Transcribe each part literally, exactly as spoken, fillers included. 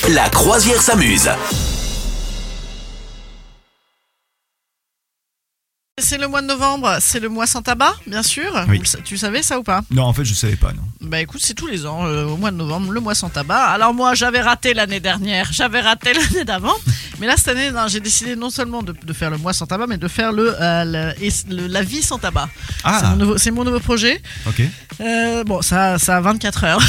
La croisière s'amuse. C'est le mois de novembre, c'est le mois sans tabac, bien sûr. Oui. Vous le- tu savais ça ou pas? Non, en fait, je savais pas, non. Bah écoute, c'est tous les ans, euh, au mois de novembre, le mois sans tabac. Alors moi, j'avais raté l'année dernière, j'avais raté l'année d'avant. Mais là, cette année, non, j'ai décidé non seulement de, de faire le mois sans tabac, mais de faire le, euh, le- et- le- la vie sans tabac. Ah. C'est mon nouveau, c'est mon nouveau projet. Ok. Euh, bon, ça, ça a vingt-quatre heures.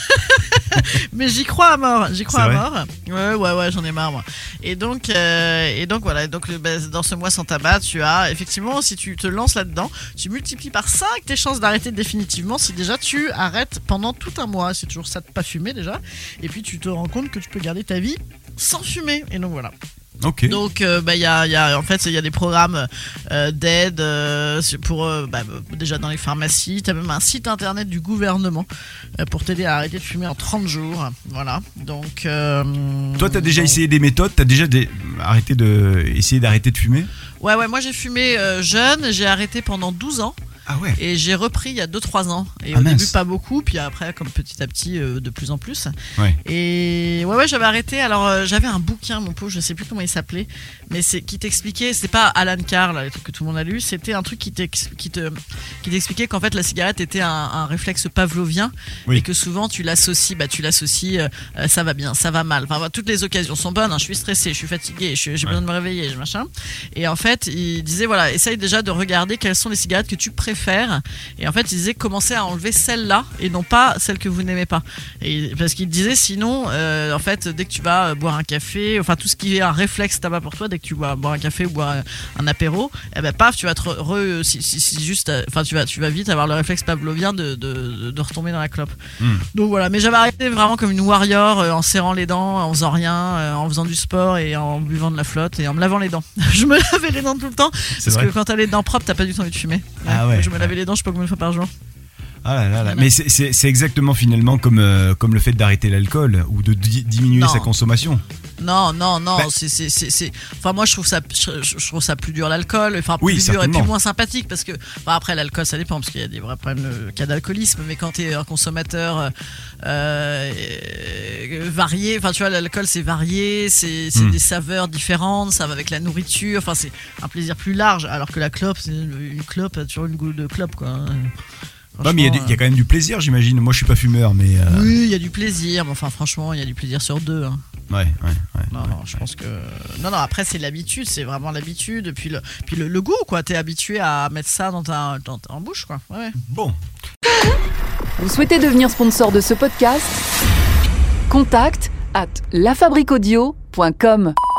Mais j'y crois à mort, j'y crois C'est à vrai mort. Ouais, ouais, ouais, j'en ai marre, moi. Et donc, euh, et donc voilà. Donc, bah, dans ce mois sans tabac, tu as effectivement, si tu te lances là-dedans, tu multiplies par cinq tes chances d'arrêter définitivement. Si déjà tu arrêtes pendant tout un mois, c'est toujours ça de pas fumer déjà. Et puis tu te rends compte que tu peux garder ta vie sans fumer. Et donc voilà. Ok. Donc, euh, bah, il y a, il y a, en fait, il y a des programmes euh, d'aide euh, pour, euh, bah, déjà dans les pharmacies. Tu as même un site internet du gouvernement euh, pour t'aider à arrêter de fumer en trente jours. Voilà. Donc, euh, Toi, t'as déjà donc- essayé des méthodes. T'as déjà des... arrêté de... essayé d'arrêter de fumer. Ouais, ouais, moi j'ai fumé euh, jeune, j'ai arrêté pendant douze ans. Ah ouais. Et j'ai repris il y a deux trois ans. Et Ah, au mince. début, pas beaucoup. Puis après, comme petit à petit, euh, de plus en plus. Ouais. Et ouais, ouais, j'avais arrêté. Alors, euh, j'avais un bouquin, mon pauvre, je sais plus comment il s'appelait. Mais c'est qui t'expliquait. C'était pas Alan Carr, là, les trucs que tout le monde a lu. C'était un truc qui, t'ex- qui, te, qui t'expliquait qu'en fait, la cigarette était un, un réflexe pavlovien. Oui. Et que souvent, tu l'associes. Bah, tu l'associes. Euh, euh, ça va bien, ça va mal. Enfin, bah, toutes les occasions sont bonnes. Hein, je suis stressé, je suis fatigué, je suis- j'ai Ouais. besoin de me réveiller, je- machin. Et en fait, il disait voilà, essaye déjà de regarder quelles sont les cigarettes que tu préfères. Et en fait, il disait commencez à enlever celle-là et non pas celle que vous n'aimez pas. Et parce qu'il disait sinon, euh, en fait, dès que tu vas euh, boire un café, enfin tout ce qui est un réflexe tabac pour toi, dès que tu vas boire un café ou boire un, un apéro, eh ben paf, tu vas te re, re- si, si, si juste, euh, enfin tu vas, tu vas vite avoir le réflexe pavlovien de, de, de, de retomber dans la clope. Hmm. Donc voilà, mais j'avais arrêté vraiment comme une warrior, euh, en serrant les dents, en faisant rien, euh, en faisant du sport et en buvant de la flotte et en me lavant les dents. Je me lavais les dents tout le temps C'est parce vrai. que quand t'as les dents propres, t'as pas du tout envie de fumer. Ah ouais, Je me lavais ouais. les dents, je sais pas combien de fois par jour. Ah là là là. Voilà. Mais c'est, c'est, c'est exactement finalement comme, euh, comme le fait d'arrêter l'alcool ou de di- diminuer Non. sa consommation. Non, non, non, Bah- c'est, c'est, c'est, c'est- enfin moi je trouve ça, je, je trouve ça plus dur l'alcool, enfin Oui, plus dur et certainement. puis moins sympathique parce que, enfin, après l'alcool ça dépend parce qu'il y a des vrais problèmes de cas d'alcoolisme, mais quand t'es un consommateur euh, euh, varié, enfin tu vois l'alcool c'est varié, c'est, c'est Mm. des saveurs différentes, ça va avec la nourriture, enfin c'est un plaisir plus large, alors que la clope c'est une clope, t'as toujours une goût de clope quoi. Non, mais il y, a du- il y a quand même du plaisir, j'imagine. Moi, je suis pas fumeur, mais. euh, Oui, il y a du plaisir, mais enfin franchement il y a du plaisir sur deux. Hein. Ouais, ouais, ouais. Non, non, je pense que. Non, non, après, c'est l'habitude, c'est vraiment l'habitude. Puis le, puis le, le goût, quoi. T'es habitué à mettre ça dans ta, dans ta- en bouche, quoi. Ouais. Bon. Vous souhaitez devenir sponsor de ce podcast ? Contact à lafabriquaudio point com.